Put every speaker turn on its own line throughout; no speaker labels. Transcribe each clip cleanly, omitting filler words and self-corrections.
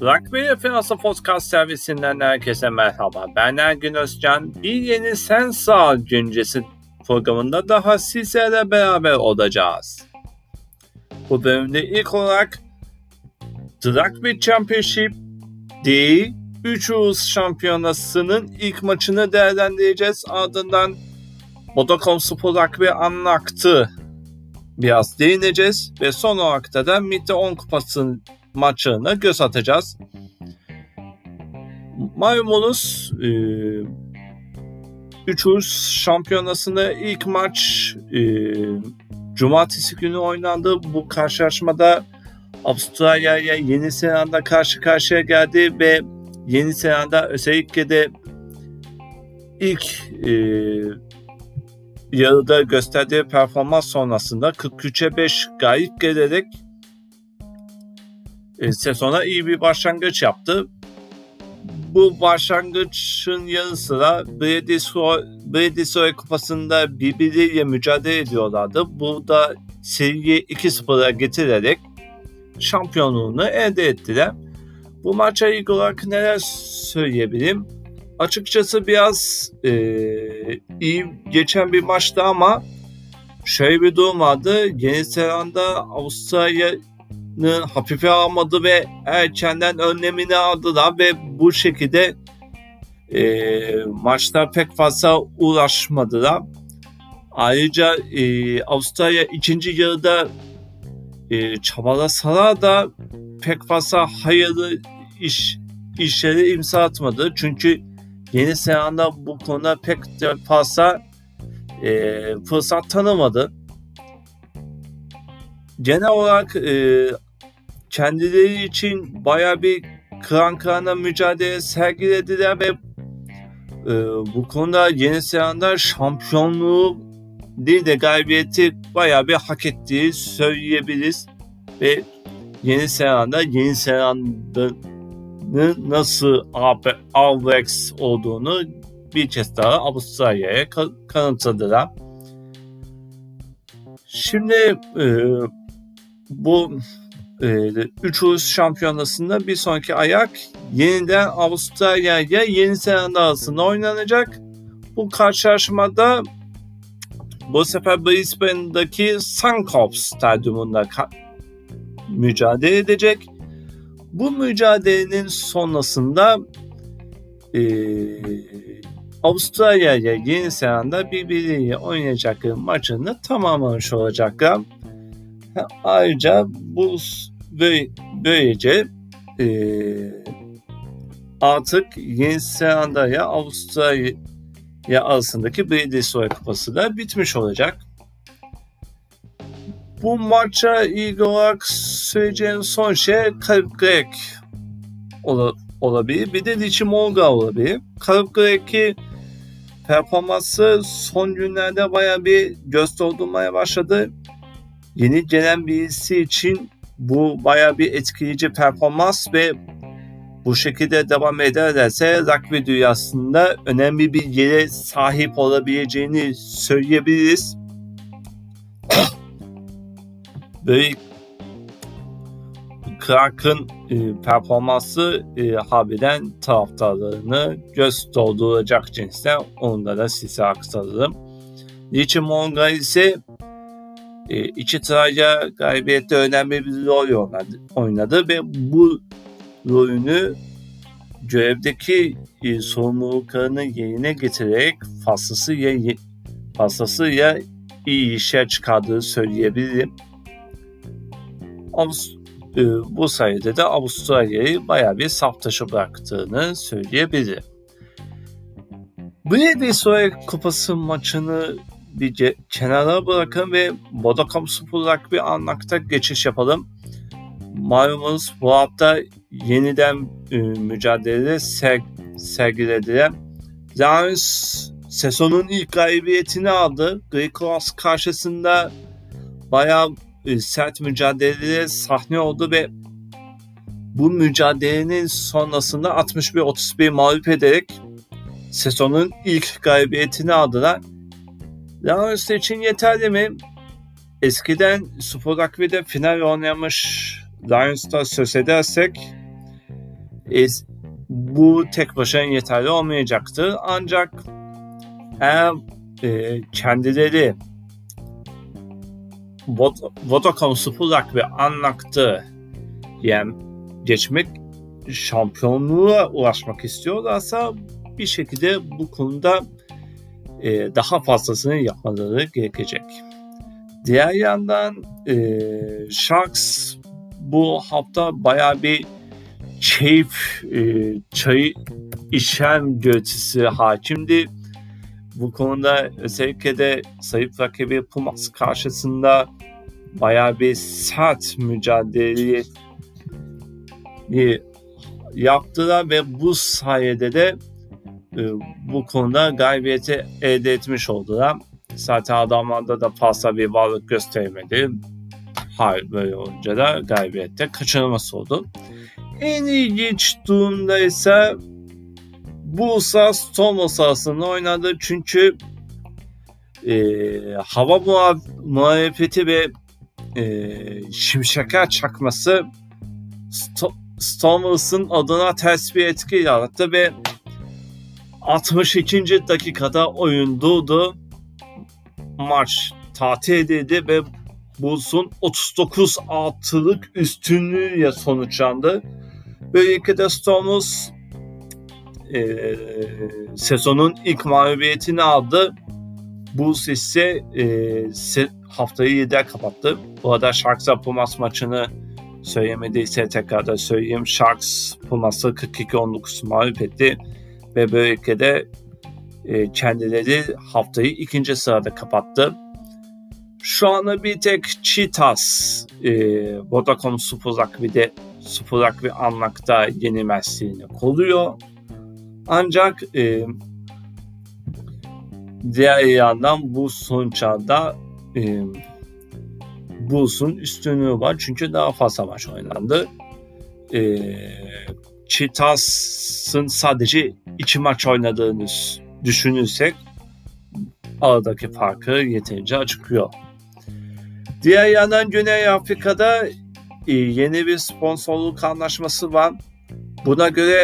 Rugby Referansı Podcast servisinden herkese merhaba. Ben Ergün Özcan. Bir yeni Sen Sağ güncesi programında daha sizlerle beraber olacağız. Bu bölümde ilk olarak The Rugby Championship D 3 Uğuz Şampiyonası'nın ilk maçını değerlendireceğiz. Ardından Vodacom Spor Rugby Unlocked'ı biraz değineceğiz ve son olarak da MIT'e 10 kupasının maçlarına göz atacağız. Malumunuz 3 Uğuz Şampiyonası'nda ilk maç Cumartesi günü oynandı. Bu karşılaşmada Avustralya'ya Yeni Zelanda karşı karşıya geldi ve Yeni Zelanda özellikle de ilk yarıda gösterdiği performans sonrasında 43'e 5 galip gelerek sezona iyi bir başlangıç yaptı. Bu başlangıçın yanı sıra Bledisloe Kupası'nda birbiriyle mücadele ediyorlardı. Bu da seriyi 2-0'a getirerek şampiyonluğunu elde ettiler. Bu maça ilk olarak neler söyleyebilirim? Açıkçası biraz iyi geçen bir maçtı ama şöyle bir durum vardı. Yeni Zelanda Avustralya'nı hafife almadı ve erkenden önlemini aldılar ve bu şekilde maçta pek fazla uğraşmadılar. Ayrıca Avustralya ikinci yarıda çabalasalar da pek fazla hayırlı işleri imza atmadı. Çünkü Yeni Zelanda bu konuda pek de fazla fırsat tanımadı. Genel olarak kendileri için bayağı bir kıran kırana mücadele sergilediler ve bu konuda Yeni Zelanda şampiyonluğu değil de galibiyeti bayağı bir hak ettiği söyleyebiliriz. Ve Yeni Zelanda'nın nasıl All Blacks olduğunu bir kez daha Avustralya'ya kanıtladılar. Şimdi bu 3 Uğuz Şampiyonası'nda bir sonraki ayak yeniden Avustralya ile Yeni Zelanda arasında oynanacak. Bu karşılaşmada bu sefer Brisbane'daki Suncorp Stadyumunda mücadele edecek. Bu mücadelenin sonrasında Avustralya ile Yeni Zelanda birbiriyle oynayacakları maçını tamamlamış olacaklar. Ayrıca bu böylece artık Yeni Zelanda ile Avustralya arasındaki Bledisloe Kupası da bitmiş olacak. Bu maça ilgili olarak söyleyeceğim son şey Karib Greg olabilir. Bir de Richie Mo'Lga olabilir. Karib Greg'i performansı son günlerde bayağı bir göz doldurmaya başladı. Yeni gelen birisi için bu bayağı bir etkileyici performans ve bu şekilde devam ederlerse rugby dünyasında önemli bir yere sahip olabileceğini söyleyebiliriz. Böyle Clark'ın performansı harbiden taraftarlarını göz dolduracak cinsten, onu da size aktarırım. Richie Mo'Lga ise iki tırayla galibiyette önemli bir rol oynadı ve bu rolünü görevdeki sorumluluklarını yerine getirerek fazlasıyla iyi işler çıkardığı söyleyebilirim. Bu sayede de Avustralya'yı bayağı bir saf dışı bıraktığını söyleyebilirim. Bledisloe Kupası maçını bir kenara bırakın ve Vodacom Spor Rugby Unlocked'a geçiş yapalım. Malumunuz bu hafta yeniden mücadele sergilediler. Lions sezonun ilk galibiyetini aldı. Grey Cross karşısında bayağı sert mücadeleye sahne oldu ve bu mücadelenin sonrasında 61-31 mağlup ederek sezonun ilk galibiyetini aldılar. Lions için yeterli mi? Eskiden Spor Rugby'de final oynamış Lions'ta söz edersek Bu tek başına yeterli olmayacaktı. Ancak eğer kendileri Vodacom Sputrak ve Anlakt'ı geçmek, şampiyonluğa ulaşmak istiyorlarsa bir şekilde bu konuda daha fazlasını yapmaları gerekecek. Diğer yandan Sharks bu hafta bayağı bir keyif çayı içen görüntüsü hakimdi. Bu konuda özellikle de zayıf rakibi Pumas karşısında bayağı bir sert mücadele yaptılar ve bu sayede de bu konuda galibiyeti elde etmiş oldular. Zaten adamlarda da fazla bir varlık göstermedi. Hayır, böyle olunca da galibiyette kaçırılması oldu. En ilginç durumda ise Bursa Stormers arasında oynadı. Çünkü hava muhalefeti ve şimşekler çakması Stormers'ın adına ters bir etki yarattı ve 62. dakikada oyun durdu. Maç tatil edildi ve Bulls'un 39-6'lık üstünlüğüyle sonuçlandı. Böylelikle de Stormers sezonun ilk mağlubiyetini aldı. Bulls ise haftayı 7'de kapattı. Bu arada Sharks'a Pumas maçını söylemediyse tekrar da söyleyeyim. Sharks Pumas'ı 42-19 mağlup etti ve böylelikle de kendileri haftayı 2. sırada kapattı. Şu anda bir tek Cheetahs Vodacom Sputrak ve Anlak'ta yenilmezliğini koruyor. Ancak diğer yandan bu sonuçlarda Bulls'un üstünlüğü var. Çünkü daha fazla maç oynandı. Cheetahs'ın sadece 2 maç oynadığını düşünürsek aradaki farkı yeterince açıklıyor. Diğer yandan Güney Afrika'da yeni bir sponsorluk anlaşması var. Buna göre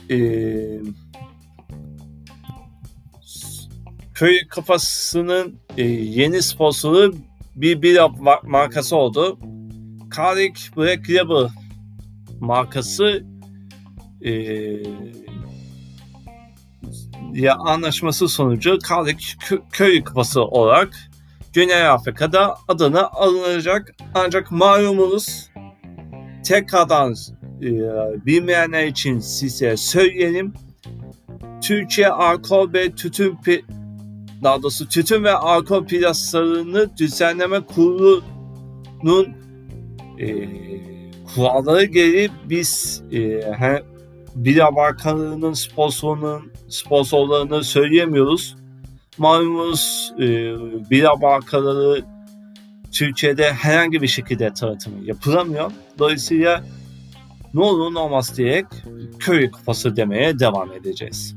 köy kafasının yeni sponsoru bir bira markası oldu. Carrick Black Label markası anlaşması sonucu Carrick köy kafası olarak Güney Afrika'da adına alınacak. Ancak malumunuz, tekrardan bilmeyenler için size söyleyelim. Türkiye Alkol ve Tütün ve Alkol Piyasalarını Düzenleme Kurulu'nun kuralları gereği biz bira markalarının sponsorlarını söyleyemiyoruz. Malumunuz bira markaları Türkiye'de herhangi bir şekilde tanıtımı yapılamıyor. Dolayısıyla ne olur ne olmaz diyerek köy kupası demeye devam edeceğiz.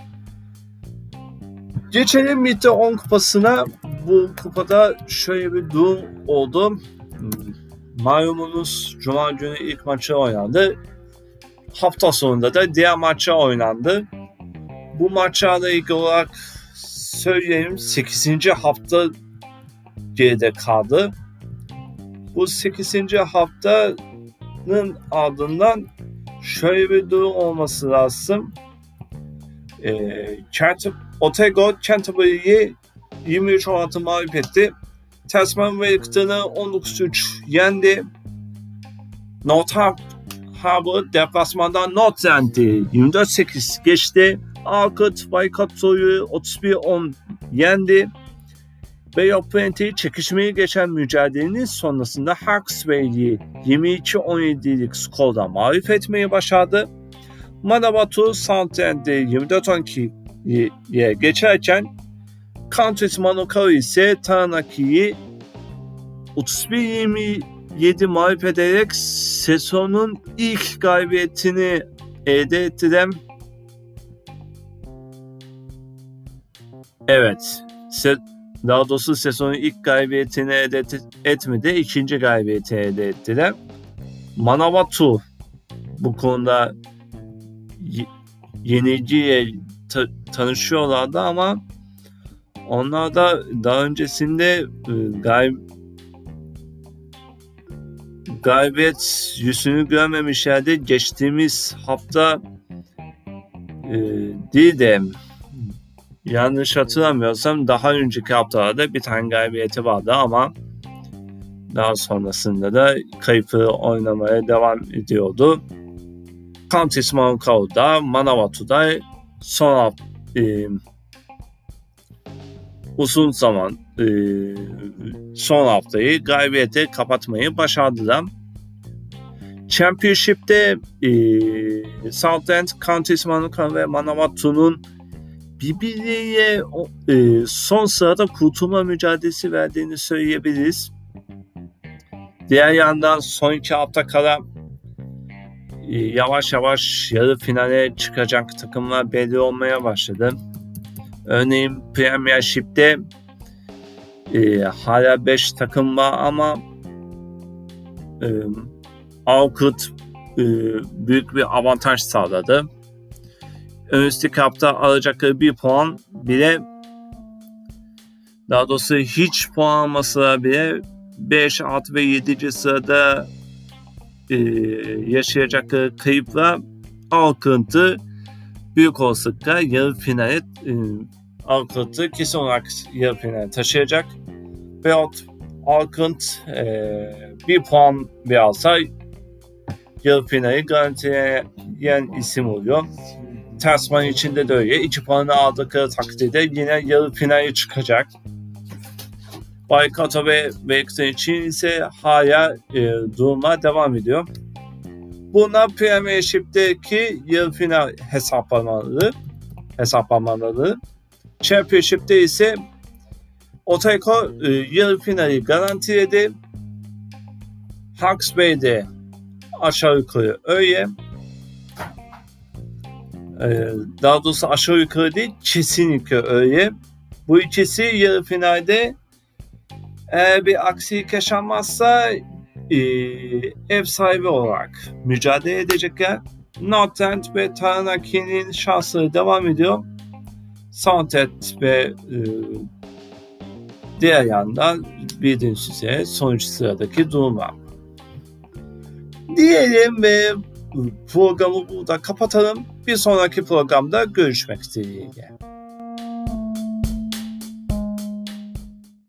Geçelim Mitte 10 kupasına. Bu kupada şöyle bir durum oldu. Malumunuz Cuma günü ilk maçı oynandı. Hafta sonunda da diğer maçı oynandı. Bu maçlarla ilgili olarak söyleyeyim, 8. hafta geride kaldı. Bu 8. haftanın ardından şöyle bir durum olması lazım. Otago Canterbury'yi 23-16 mağlup etti. Tasman Wellington'ı 19-3 yendi. North Harbour deplasmandan Northland'i 24-8 geçti. Arkut Waikato'yu 31-10 yendi. Bay of Plenty çekişmeye geçen mücadelenin sonrasında Hawke'sville'i 22-17'lik skorla mağlup etmeyi başardı. Manawatu Southland'i 24-12'ye geçerken Countries Manukau ise Taranaki'yi 31-27 mağlup ederek sezonun ilk galibiyetini elde ettiler. Evet, daha doğrusu sezonun ilk galibiyetini elde etmedi, ikinci galibiyeti elde ettiler. Manawatu bu konuda yeniciyle tanışıyorlardı ama onlar da daha öncesinde galibiyet yüzünü görmemişlerdi. Geçtiğimiz hafta değil de yanlış hatırlamıyorsam daha önceki haftalarda bir tane galibiyeti vardı ama daha sonrasında da kayıplı oynamaya devam ediyordu. Countess Manukau'da, Manawatu'da uzun zaman son haftayı galibiyete kapatmayı başardılar. Championship'te Southend, Countess Manukau ve Manawatu'nun birbirleriyle son sırada kurtulma mücadelesi verdiğini söyleyebiliriz. Diğer yandan son 2 hafta kala yavaş yavaş yarı finale çıkacak takımlar belli olmaya başladı. Örneğin Premiership'te hala 5 takım var ama Auckland büyük bir avantaj sağladı. Önümüzdeki hafta alacakları 1 puan bile, daha doğrusu hiç puan almasına bile 5, 6 ve 7. sırada yaşayacakları kayıpla Auckland'ı büyük olasılıkla yarı finale Auckland'ı kesin olarak yarı finale taşıyacak. Ve Auckland 1 puan bile alsa yarı finali garantileyen isim oluyor. Tasmanya içinde de öyle. 2 puanı aldıkları takdirde yine yarı finale çıkacak. Waikato ve Wellington için ise hala duruma devam ediyor. Bunlar Premiership'teki yarı final hesaplamaları. Championship'te ise Otago yarı finali garantiledi. Hawke's Bay'de aşağı yukarı öyle. Daha doğrusu aşağı yukarı değil, kesinlikle öyle. Bu ikisi yarı finalde eğer bir aksilik yaşanmazsa ev sahibi olarak mücadele edecekler. Northend ve Taranaki'nin şansları devam ediyor. Southend ve diğer yandan bildiğiniz üzere sonuç sıradaki durumlar. Diyelim ve programı burada kapatalım. Bir sonraki programda görüşmek dileğiyle.